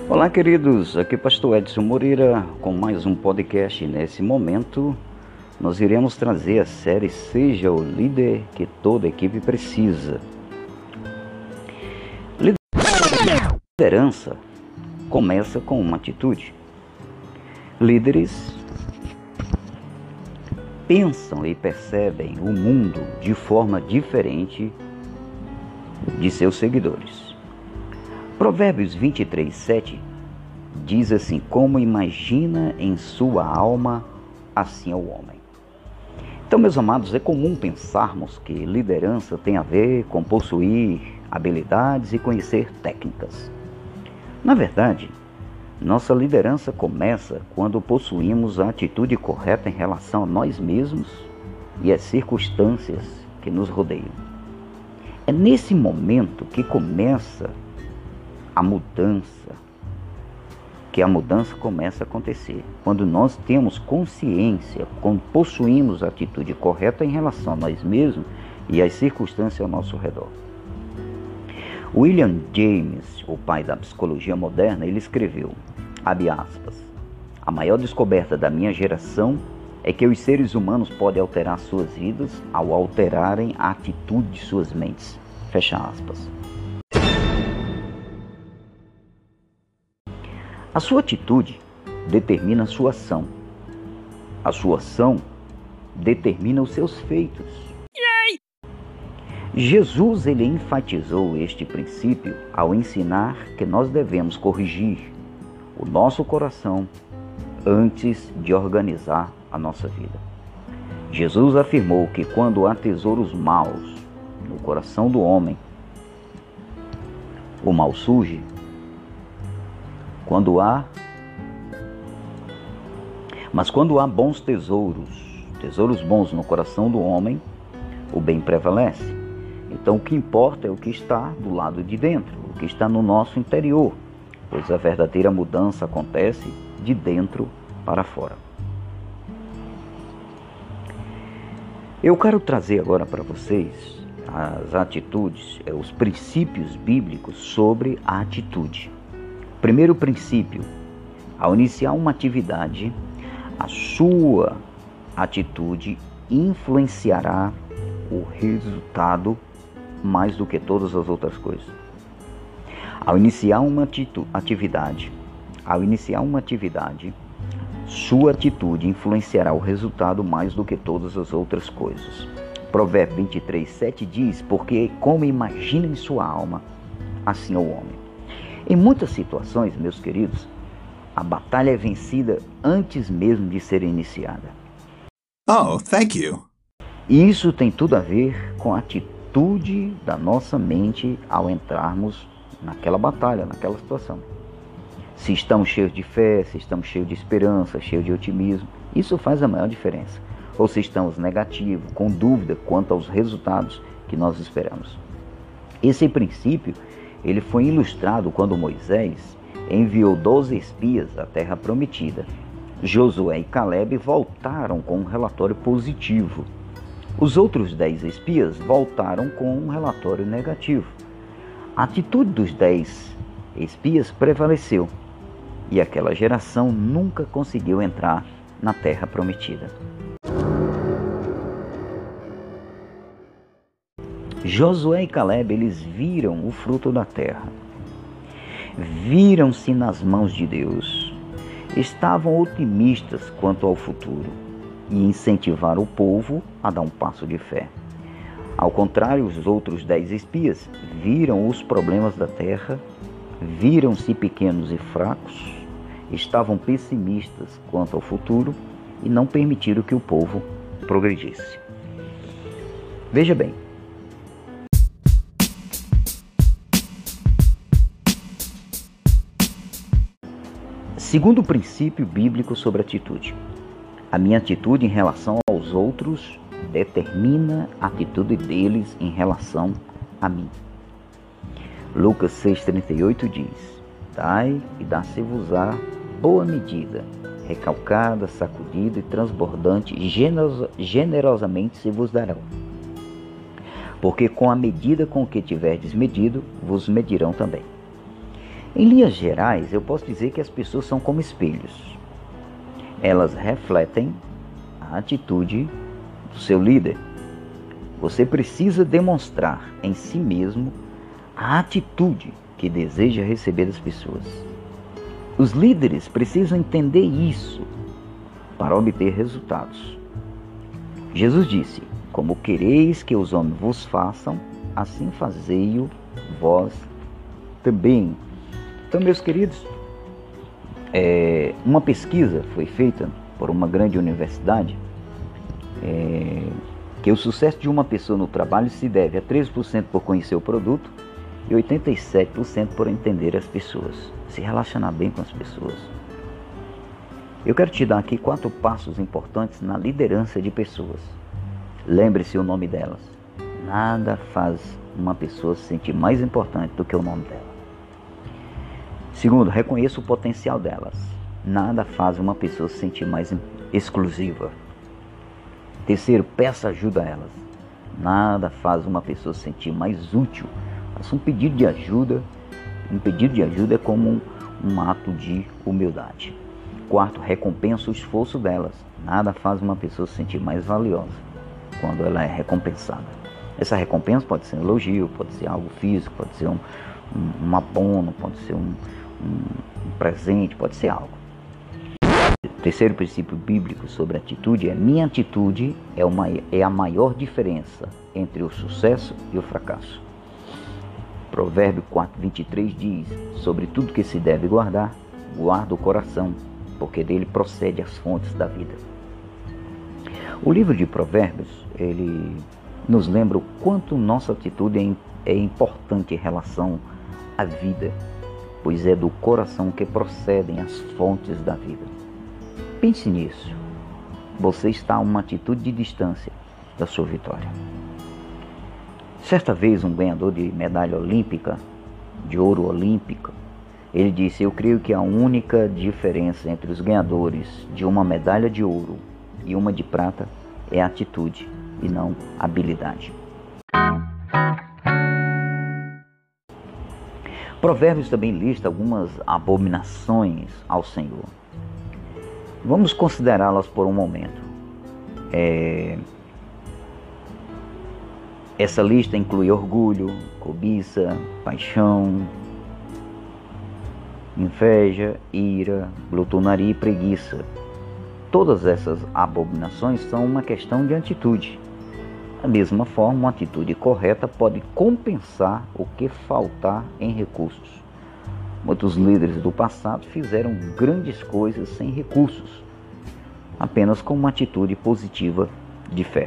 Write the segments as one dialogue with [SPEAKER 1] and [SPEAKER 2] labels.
[SPEAKER 1] Olá, queridos, aqui é Pastor Edson Moreira com mais um podcast. Nesse momento, nós iremos trazer a série Seja o Líder que Toda Equipe Precisa. Liderança começa com uma atitude. Líderes pensam e percebem o mundo de forma diferente de seus seguidores. Provérbios 23:7 diz assim: como imagina em sua alma, assim é o homem. Então, meus amados, é comum pensarmos que liderança tem a ver com possuir habilidades e conhecer técnicas. Na verdade, nossa liderança começa quando possuímos a atitude correta em relação a nós mesmos e às circunstâncias que nos rodeiam. É nesse momento que começa a mudança começa a acontecer. Quando nós temos consciência, quando possuímos a atitude correta em relação a nós mesmos e às circunstâncias ao nosso redor. William James, o pai da psicologia moderna, ele escreveu, abre aspas, a maior descoberta da minha geração é que os seres humanos podem alterar suas vidas ao alterarem a atitude de suas mentes. Fecha aspas. A sua atitude determina a sua ação. A sua ação determina os seus feitos. Jesus ele enfatizou este princípio ao ensinar que nós devemos corrigir o nosso coração antes de organizar a nossa vida. Jesus afirmou que quando há tesouros maus no coração do homem, o mal surge. Mas quando há bons tesouros bons no coração do homem, o bem prevalece. Então o que importa é o que está do lado de dentro, o que está no nosso interior, pois a verdadeira mudança acontece de dentro para fora. Eu quero trazer agora para vocês as atitudes, os princípios bíblicos sobre a atitude. Primeiro princípio, ao iniciar uma atividade, a sua atitude influenciará o resultado mais do que todas as outras coisas. Ao iniciar uma atividade, sua atitude influenciará o resultado mais do que todas as outras coisas. Provérbios 23:7 diz, porque como imagina em sua alma, assim é o homem. Em muitas situações, meus queridos, a batalha é vencida antes mesmo de ser iniciada.
[SPEAKER 2] Oh, thank you.
[SPEAKER 1] E isso tem tudo a ver com a atitude da nossa mente ao entrarmos naquela batalha, naquela situação. Se estamos cheios de fé, se estamos cheios de esperança, cheios de otimismo, isso faz a maior diferença. Ou se estamos negativos, com dúvida quanto aos resultados que nós esperamos. Esse princípio ele foi ilustrado quando Moisés enviou 12 espias à terra prometida. Josué e Caleb voltaram com um relatório positivo. Os outros 10 espias voltaram com um relatório negativo. A atitude dos 10 espias prevaleceu e aquela geração nunca conseguiu entrar na terra prometida. Josué e Caleb, eles viram o fruto da terra. Viram-se nas mãos de Deus. Estavam otimistas quanto ao futuro e incentivaram o povo a dar um passo de fé. Ao contrário, os outros 10 espias viram os problemas da terra, viram-se pequenos e fracos, estavam pessimistas quanto ao futuro e não permitiram que o povo progredisse. Veja bem, segundo o princípio bíblico sobre atitude, a minha atitude em relação aos outros determina a atitude deles em relação a mim. Lucas 6,38 diz, dai e dá-se-vos-á boa medida, recalcada, sacudida e transbordante, generosamente se vos darão. Porque com a medida com que tiverdes medido, vos medirão também. Em linhas gerais, eu posso dizer que as pessoas são como espelhos. Elas refletem a atitude do seu líder. Você precisa demonstrar em si mesmo a atitude que deseja receber das pessoas. Os líderes precisam entender isso para obter resultados. Jesus disse: como quereis que os homens vos façam, assim fazei-o vós também. Então, meus queridos, uma pesquisa foi feita por uma grande universidade que o sucesso de uma pessoa no trabalho se deve a 13% por conhecer o produto e 87% por entender as pessoas, se relacionar bem com as pessoas. Eu quero te dar aqui 4 passos importantes na liderança de pessoas. Lembre-se o nome delas. Nada faz uma pessoa se sentir mais importante do que o nome dela. Segundo, reconheça o potencial delas. Nada faz uma pessoa se sentir mais exclusiva. Terceiro, peça ajuda a elas. Nada faz uma pessoa se sentir mais útil. Faça um pedido de ajuda. Um pedido de ajuda é como um ato de humildade. Quarto, recompensa o esforço delas. Nada faz uma pessoa se sentir mais valiosa quando ela é recompensada. Essa recompensa pode ser um elogio, pode ser algo físico, pode ser um abono, pode ser um presente, pode ser algo. Terceiro princípio bíblico sobre atitude é: minha atitude é a maior diferença entre o sucesso e o fracasso. Provérbio 4:23 diz: sobre tudo que se deve guardar, guarda o coração, porque dele procede as fontes da vida. O livro de Provérbios, ele nos lembra o quanto nossa atitude é importante em relação à vida, pois é do coração que procedem as fontes da vida. Pense nisso. Você está a uma atitude de distância da sua vitória. Certa vez, um ganhador de medalha olímpica, de ouro olímpica, ele disse: eu creio que a única diferença entre os ganhadores de uma medalha de ouro e uma de prata é a atitude e não a habilidade. Provérbios também lista algumas abominações ao Senhor. Vamos considerá-las por um momento. Essa lista inclui orgulho, cobiça, paixão, inveja, ira, glutonaria e preguiça. Todas essas abominações são uma questão de atitude. Da mesma forma, uma atitude correta pode compensar o que faltar em recursos. Muitos líderes do passado fizeram grandes coisas sem recursos, apenas com uma atitude positiva de fé.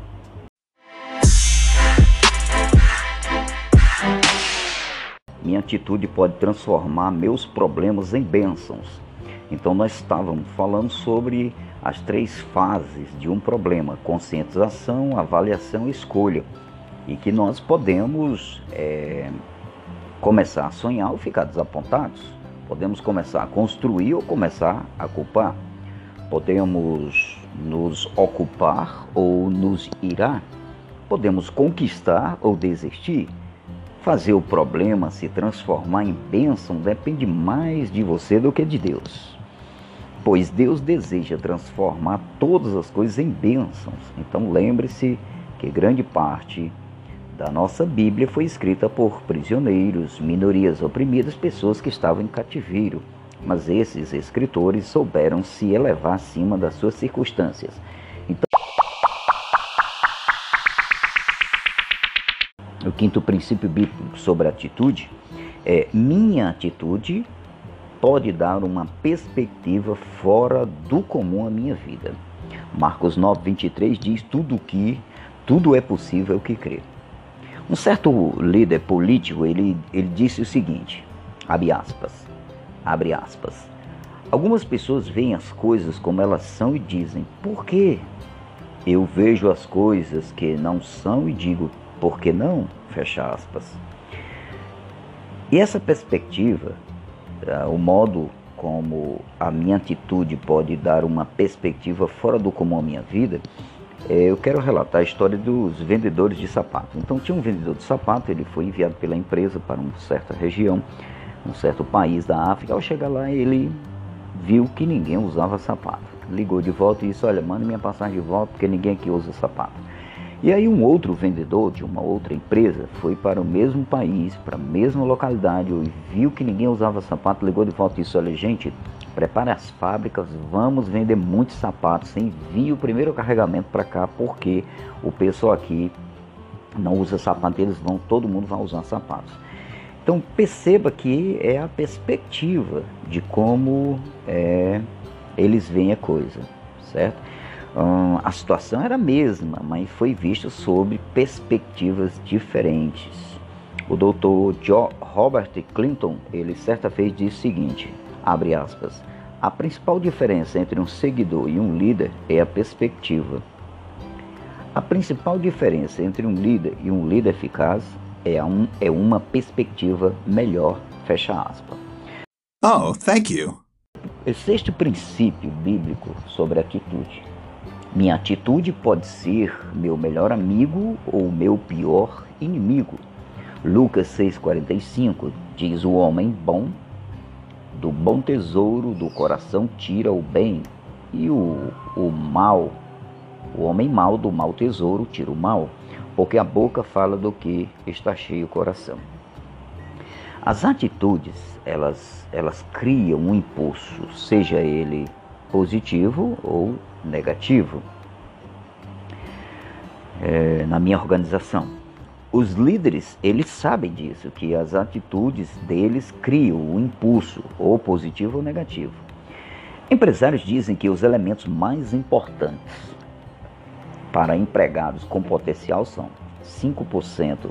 [SPEAKER 1] Minha atitude pode transformar meus problemas em bênçãos. Então nós estávamos falando sobre as 3 fases de um problema: conscientização, avaliação e escolha. E que nós podemos começar a sonhar ou ficar desapontados. Podemos começar a construir ou começar a culpar. Podemos nos ocupar ou nos irar. Podemos conquistar ou desistir. Fazer o problema se transformar em bênção depende mais de você do que de Deus. Pois Deus deseja transformar todas as coisas em bênçãos. Então lembre-se que grande parte da nossa Bíblia foi escrita por prisioneiros, minorias oprimidas, pessoas que estavam em cativeiro. Mas esses escritores souberam se elevar acima das suas circunstâncias. Então, o quinto princípio bíblico sobre atitude é: minha atitude pode dar uma perspectiva fora do comum à minha vida. Marcos 9:23 diz: tudo é possível que crê. Um certo líder político, ele disse o seguinte, abre aspas, algumas pessoas veem as coisas como elas são e dizem: por quê? Eu vejo as coisas que não são e digo: por que não? Fecha aspas. E essa perspectiva, o modo como a minha atitude pode dar uma perspectiva fora do comum à minha vida, eu quero relatar a história dos vendedores de sapatos. Então tinha um vendedor de sapato, ele foi enviado pela empresa para uma certa região um certo país da África. Ao chegar lá, ele viu que ninguém usava sapato. Ligou de volta e disse: olha, manda minha passagem de volta, porque ninguém aqui usa sapato. E aí um outro vendedor de uma outra empresa foi para o mesmo país, para a mesma localidade, e viu que ninguém usava sapato, ligou de volta e disse: olha, gente, prepare as fábricas, vamos vender muitos sapatos, envie o primeiro carregamento para cá, porque o pessoal aqui não usa sapato, todo mundo vai usar sapatos. Então perceba que é a perspectiva de como eles veem a coisa, certo? A situação era a mesma, mas foi vista sob perspectivas diferentes. O Dr. Robert Clinton, ele certa vez disse o seguinte, abre aspas, a principal diferença entre um seguidor e um líder é a perspectiva. A principal diferença entre um líder e um líder eficaz é uma perspectiva melhor, fecha aspas.
[SPEAKER 2] Oh, thank you.
[SPEAKER 1] O sexto princípio bíblico sobre atitude. Minha atitude pode ser meu melhor amigo ou meu pior inimigo. Lucas 6,45 diz: o homem bom, do bom tesouro do coração tira o bem, e o homem mau do mau tesouro tira o mal, porque a boca fala do que está cheio o coração. As atitudes, elas criam um impulso, seja ele positivo ou negativo. Na minha organização, os líderes, eles sabem disso, que as atitudes deles criam um impulso, ou positivo ou negativo. Empresários dizem que os elementos mais importantes para empregados com potencial são 5%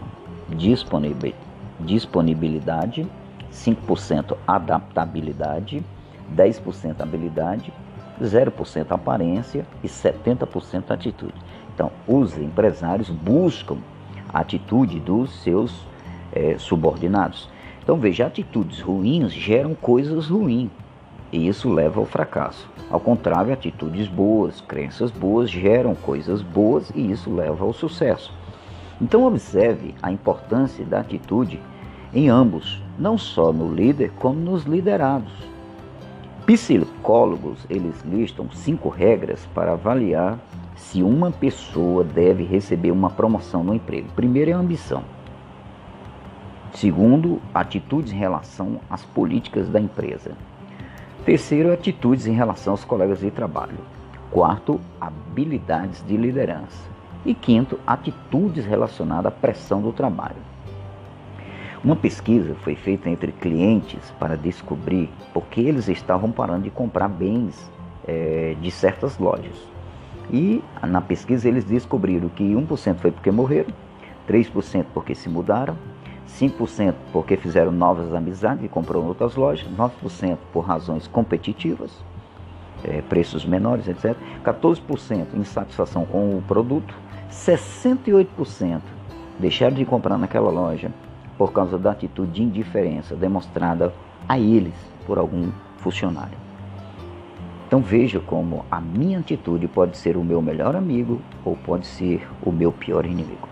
[SPEAKER 1] disponibilidade, 5% adaptabilidade, 10% habilidade, 0% aparência e 70% atitude. Então, os empresários buscam a atitude dos seus subordinados. Então, veja, atitudes ruins geram coisas ruins e isso leva ao fracasso. Ao contrário, atitudes boas, crenças boas geram coisas boas e isso leva ao sucesso. Então, observe a importância da atitude em ambos, não só no líder, como nos liderados. Psicólogos, eles listam 5 regras para avaliar se uma pessoa deve receber uma promoção no emprego. Primeiro é a ambição. Segundo, atitudes em relação às políticas da empresa. Terceiro, atitudes em relação aos colegas de trabalho. Quarto, habilidades de liderança. E quinto, atitudes relacionadas à pressão do trabalho. Uma pesquisa foi feita entre clientes para descobrir por que eles estavam parando de comprar bens de certas lojas. E na pesquisa eles descobriram que 1% foi porque morreram, 3% porque se mudaram, 5% porque fizeram novas amizades e compraram outras lojas, 9% por razões competitivas, preços menores, etc. 14% insatisfação com o produto, 68% deixaram de comprar naquela loja por causa da atitude de indiferença demonstrada a eles por algum funcionário. Então veja como a minha atitude pode ser o meu melhor amigo ou pode ser o meu pior inimigo.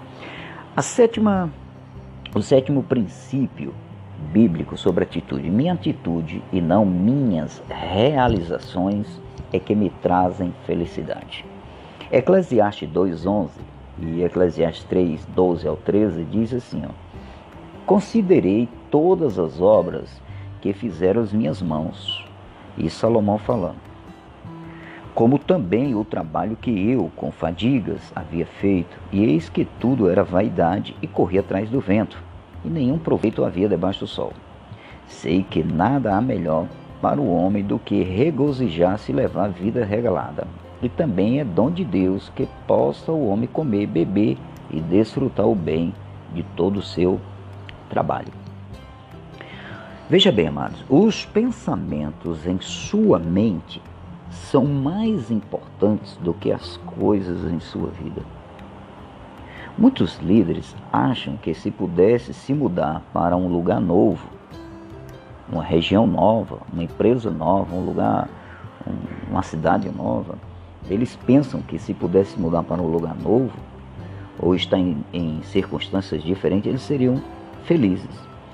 [SPEAKER 1] O sétimo princípio bíblico sobre atitude. Minha atitude e não minhas realizações é que me trazem felicidade. Eclesiastes 2:11 e Eclesiastes 3:12 ao 13 diz assim, considerei todas as obras que fizeram as minhas mãos, e Salomão falando, como também o trabalho que eu, com fadigas, havia feito, e eis que tudo era vaidade e corria atrás do vento, e nenhum proveito havia debaixo do sol. Sei que nada há melhor para o homem do que regozijar-se e levar a vida regalada. E também é dom de Deus que possa o homem comer, beber e desfrutar o bem de todo o seu trabalho. Veja bem, amados, os pensamentos em sua mente são mais importantes do que as coisas em sua vida. Muitos líderes acham que se pudesse se mudar para um lugar novo, uma região nova, uma empresa nova, um lugar, uma cidade nova, eles pensam que se pudesse mudar para um lugar novo ou estar em circunstâncias diferentes, eles seriam felizes.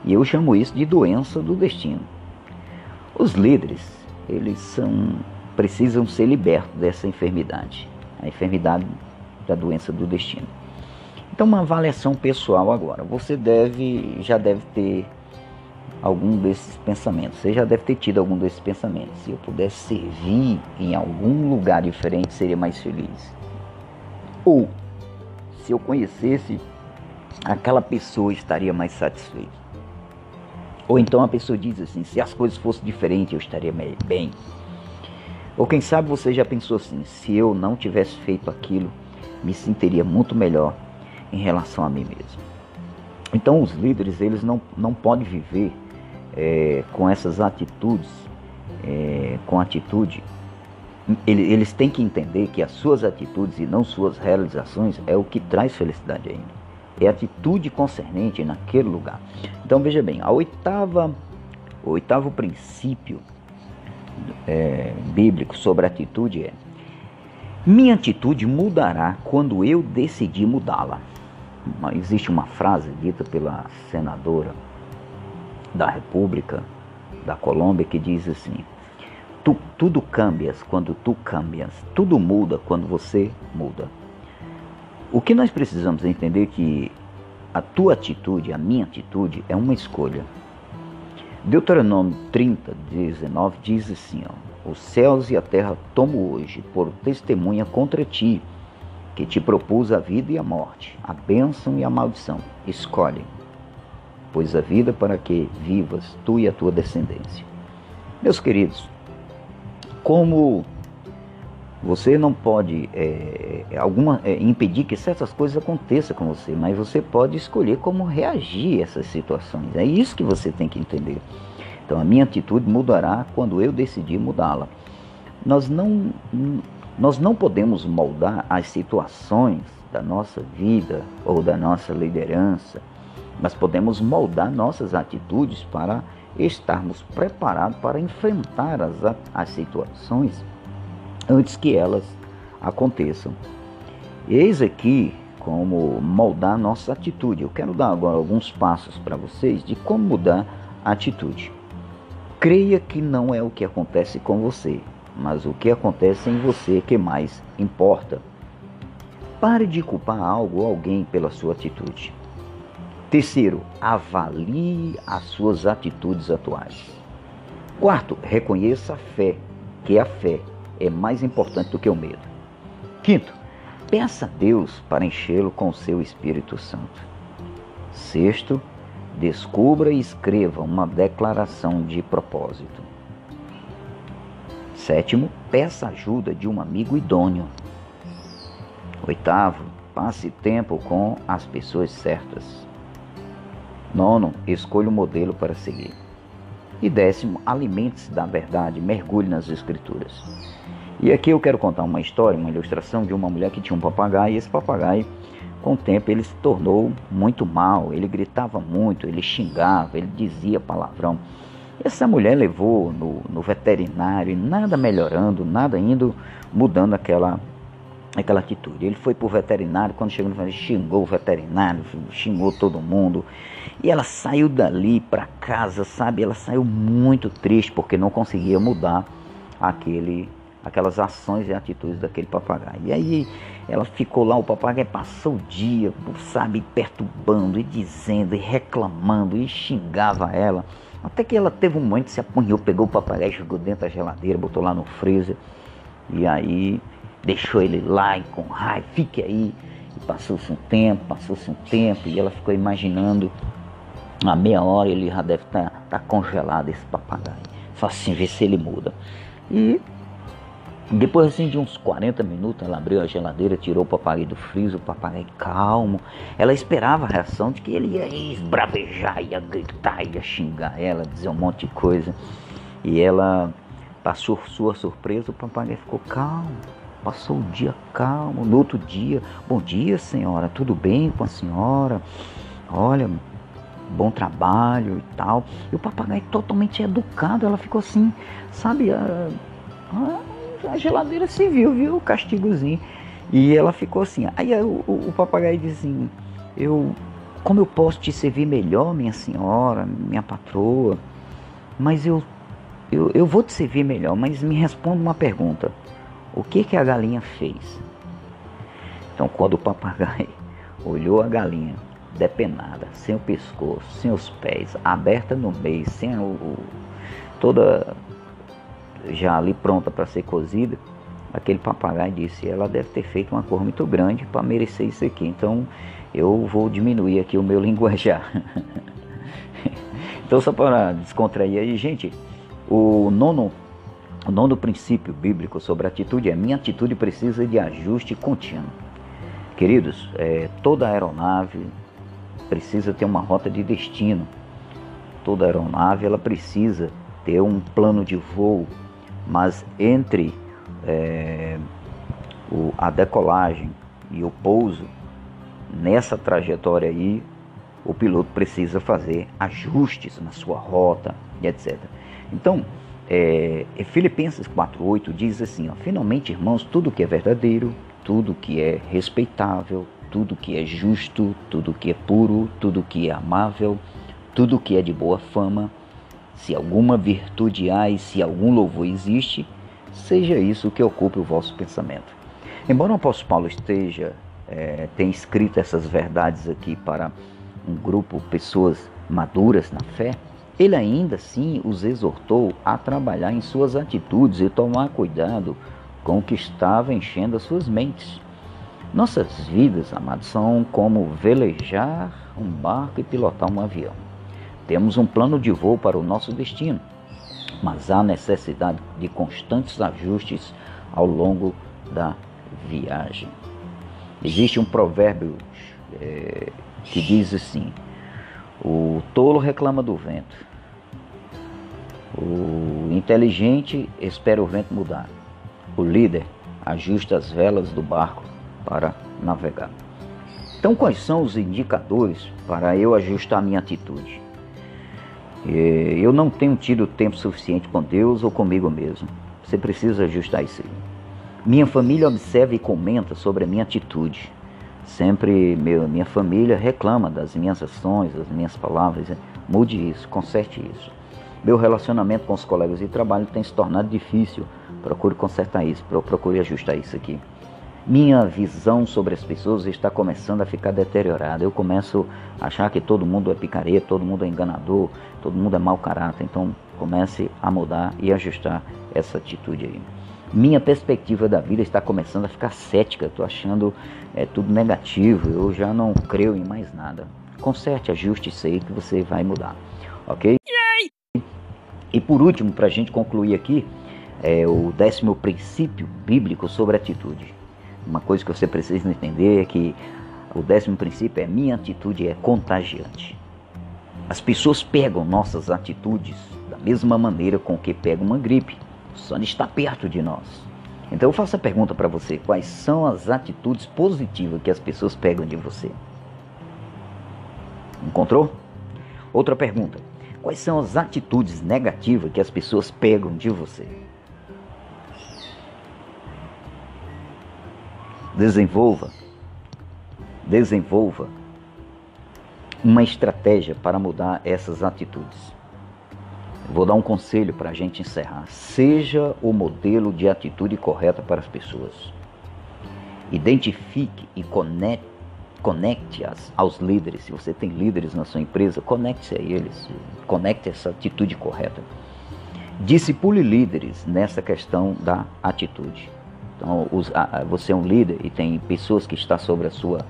[SPEAKER 1] E eu chamo isso de doença do destino. Os líderes, precisam ser libertos dessa enfermidade, a enfermidade da doença do destino. Então, uma avaliação pessoal agora. Você já deve ter algum desses pensamentos. Você já deve ter tido algum desses pensamentos. Se eu pudesse servir em algum lugar diferente, seria mais feliz. Ou, se eu conhecesse aquela pessoa, estaria mais satisfeito. Ou então a pessoa diz assim, se as coisas fossem diferentes, eu estaria bem. Ou quem sabe você já pensou assim, se eu não tivesse feito aquilo, me sentiria muito melhor em relação a mim mesmo. Então os líderes, eles não podem viver com essas atitudes, eles têm que entender que as suas atitudes e não suas realizações é o que traz felicidade a ele. É a atitude concernente naquele lugar. Então veja bem, o oitavo princípio bíblico sobre atitude é: minha atitude mudará quando eu decidir mudá-la. Existe uma frase dita pela senadora da República da Colômbia que diz assim: tudo cambias quando tu cambias, tudo muda quando você muda. O que nós precisamos entender é que a tua atitude, a minha atitude, é uma escolha. Deuteronômio 30:19 diz assim: os céus e a terra tomo hoje por testemunha contra ti, que te propus a vida e a morte, a bênção e a maldição. Escolhe, pois a vida para que vivas tu e a tua descendência. Meus queridos, como você não pode impedir que certas coisas aconteçam com você, mas você pode escolher como reagir a essas situações. É isso que você tem que entender. Então a minha atitude mudará quando eu decidir mudá-la. Nós não podemos moldar as situações da nossa vida ou da nossa liderança, mas podemos moldar nossas atitudes para estarmos preparados para enfrentar as situações antes que elas aconteçam. Eis aqui como moldar nossa atitude. Eu quero dar agora alguns passos para vocês de como mudar a atitude. Creia que não é o que acontece com você, mas o que acontece em você que mais importa. Pare de culpar algo ou alguém pela sua atitude. Terceiro, avalie as suas atitudes atuais. Quarto, reconheça a fé, que a fé é mais importante do que o medo. Quinto, peça a Deus para enchê-lo com o seu Espírito Santo. Sexto, descubra e escreva uma declaração de propósito. Sétimo, peça ajuda de um amigo idôneo. Oitavo, passe tempo com as pessoas certas. Nono, escolha um modelo para seguir. E décimo, alimente-se da verdade, mergulhe nas Escrituras. E aqui eu quero contar uma história, uma ilustração de uma mulher que tinha um papagaio, e esse papagaio, com o tempo, ele se tornou muito mal, ele gritava muito, ele xingava, ele dizia palavrão. Essa mulher levou no veterinário, e nada melhorando, nada indo, mudando aquela atitude. Ele foi para o veterinário, quando chegou no veterinário, xingou o veterinário, xingou todo mundo. E ela saiu dali para casa, sabe? Ela saiu muito triste porque não conseguia mudar aquelas ações e atitudes daquele papagaio. E aí ela ficou lá, o papagaio passou o dia, sabe, perturbando e dizendo e reclamando e xingava ela. Até que ela teve um momento, se apunhou, pegou o papagaio, jogou dentro da geladeira, botou lá no freezer. E aí deixou ele lá e com raiva, fique aí. E passou-se um tempo, e ela ficou imaginando, a meia hora ele já deve estar congelado, esse papagaio. Só assim, ver se ele muda. E depois assim de uns 40 minutos, ela abriu a geladeira, tirou o papagaio do freezer, o papagaio calmo. Ela esperava a reação de que ele ia esbravejar, ia gritar, ia xingar ela, dizer um monte de coisa. E ela, para sua surpresa, o papagaio ficou calmo. Passou o dia calmo. No outro dia, bom dia, senhora, tudo bem com a senhora? Olha, bom trabalho e tal. E o papagaio totalmente educado, ela ficou assim, sabe, a geladeira se viu o castigozinho. E ela ficou assim. Aí o papagaio disse assim: eu Como eu posso te servir melhor, minha senhora, minha patroa? Mas eu vou te servir melhor, mas me responda uma pergunta. O que a galinha fez? Então, quando o papagaio olhou a galinha depenada, sem o pescoço, sem os pés, aberta no meio, sem toda já ali pronta para ser cozida, aquele papagaio disse: ela deve ter feito uma cor muito grande para merecer isso aqui. Então eu vou diminuir aqui o meu linguajar. Então, só para descontrair aí, gente, o nono princípio bíblico sobre atitude é: minha atitude precisa de ajuste contínuo. Queridos, toda aeronave precisa ter uma rota de destino. Toda aeronave ela precisa ter um plano de voo, mas entre a decolagem e o pouso, nessa trajetória aí, o piloto precisa fazer ajustes na sua rota e etc. Então, Filipenses 4:8 diz assim: finalmente, irmãos, tudo que é verdadeiro, tudo que é respeitável, tudo que é justo, tudo que é puro, tudo que é amável, tudo que é de boa fama, se alguma virtude há e se algum louvor existe, seja isso que ocupe o vosso pensamento. Embora o apóstolo Paulo tenha escrito essas verdades aqui para um grupo, pessoas maduras na fé, ele ainda assim os exortou a trabalhar em suas atitudes e tomar cuidado com o que estava enchendo as suas mentes. Nossas vidas, amados, são como velejar um barco e pilotar um avião. Temos um plano de voo para o nosso destino, mas há necessidade de constantes ajustes ao longo da viagem. Existe um provérbio que diz assim: o tolo reclama do vento, o inteligente espera o vento mudar, o líder ajusta as velas do barco para navegar. Então, quais são os indicadores para eu ajustar minha atitude? Eu não tenho tido tempo suficiente com Deus ou comigo mesmo. Você precisa ajustar isso aí. Minha família observa e comenta sobre a minha atitude. Sempre minha família reclama das minhas ações, das minhas palavras. Mude isso, conserte isso. Meu relacionamento com os colegas de trabalho tem se tornado difícil. Procure consertar isso, procure ajustar isso aqui. Minha visão sobre as pessoas está começando a ficar deteriorada. Eu começo a achar que todo mundo é picareta, todo mundo é enganador, todo mundo é mau caráter. Então comece a mudar e ajustar essa atitude aí. Minha perspectiva da vida está começando a ficar cética. Estou achando tudo negativo. Eu já não creio em mais nada. Conserte, ajuste isso aí que você vai mudar. Ok? Yay! E por último, para a gente concluir aqui, o 10º princípio bíblico sobre atitude. Uma coisa que você precisa entender é que o 10º princípio é: minha atitude é contagiante. As pessoas pegam nossas atitudes da mesma maneira com que pegam uma gripe. Só está perto de nós. Então eu faço a pergunta para você: quais são as atitudes positivas que as pessoas pegam de você? Encontrou? Outra pergunta: quais são as atitudes negativas que as pessoas pegam de você? Desenvolva uma estratégia para mudar essas atitudes. Vou dar um conselho para a gente encerrar. Seja o modelo de atitude correta para as pessoas. Identifique e conecte-as aos líderes. Se você tem líderes na sua empresa, conecte-se a eles. Conecte essa atitude correta. Discipule líderes nessa questão da atitude. Então, você é um líder e tem pessoas que estão sobre a sua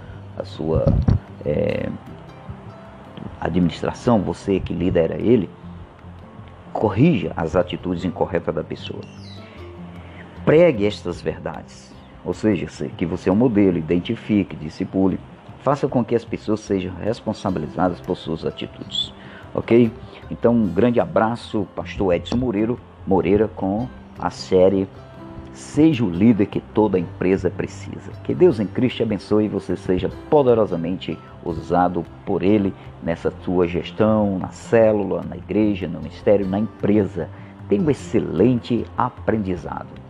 [SPEAKER 1] administração, você que lidera ele, corrija as atitudes incorretas da pessoa. Pregue estas verdades, ou seja, que você é um modelo, identifique, discipule, faça com que as pessoas sejam responsabilizadas por suas atitudes. Ok? Então, um grande abraço, pastor Edson Moreira com a série Seja o Líder que Toda Empresa Precisa. Que Deus em Cristo te abençoe e você seja poderosamente usado por Ele nessa sua gestão, na célula, na igreja, no ministério, na empresa. Tenha um excelente aprendizado.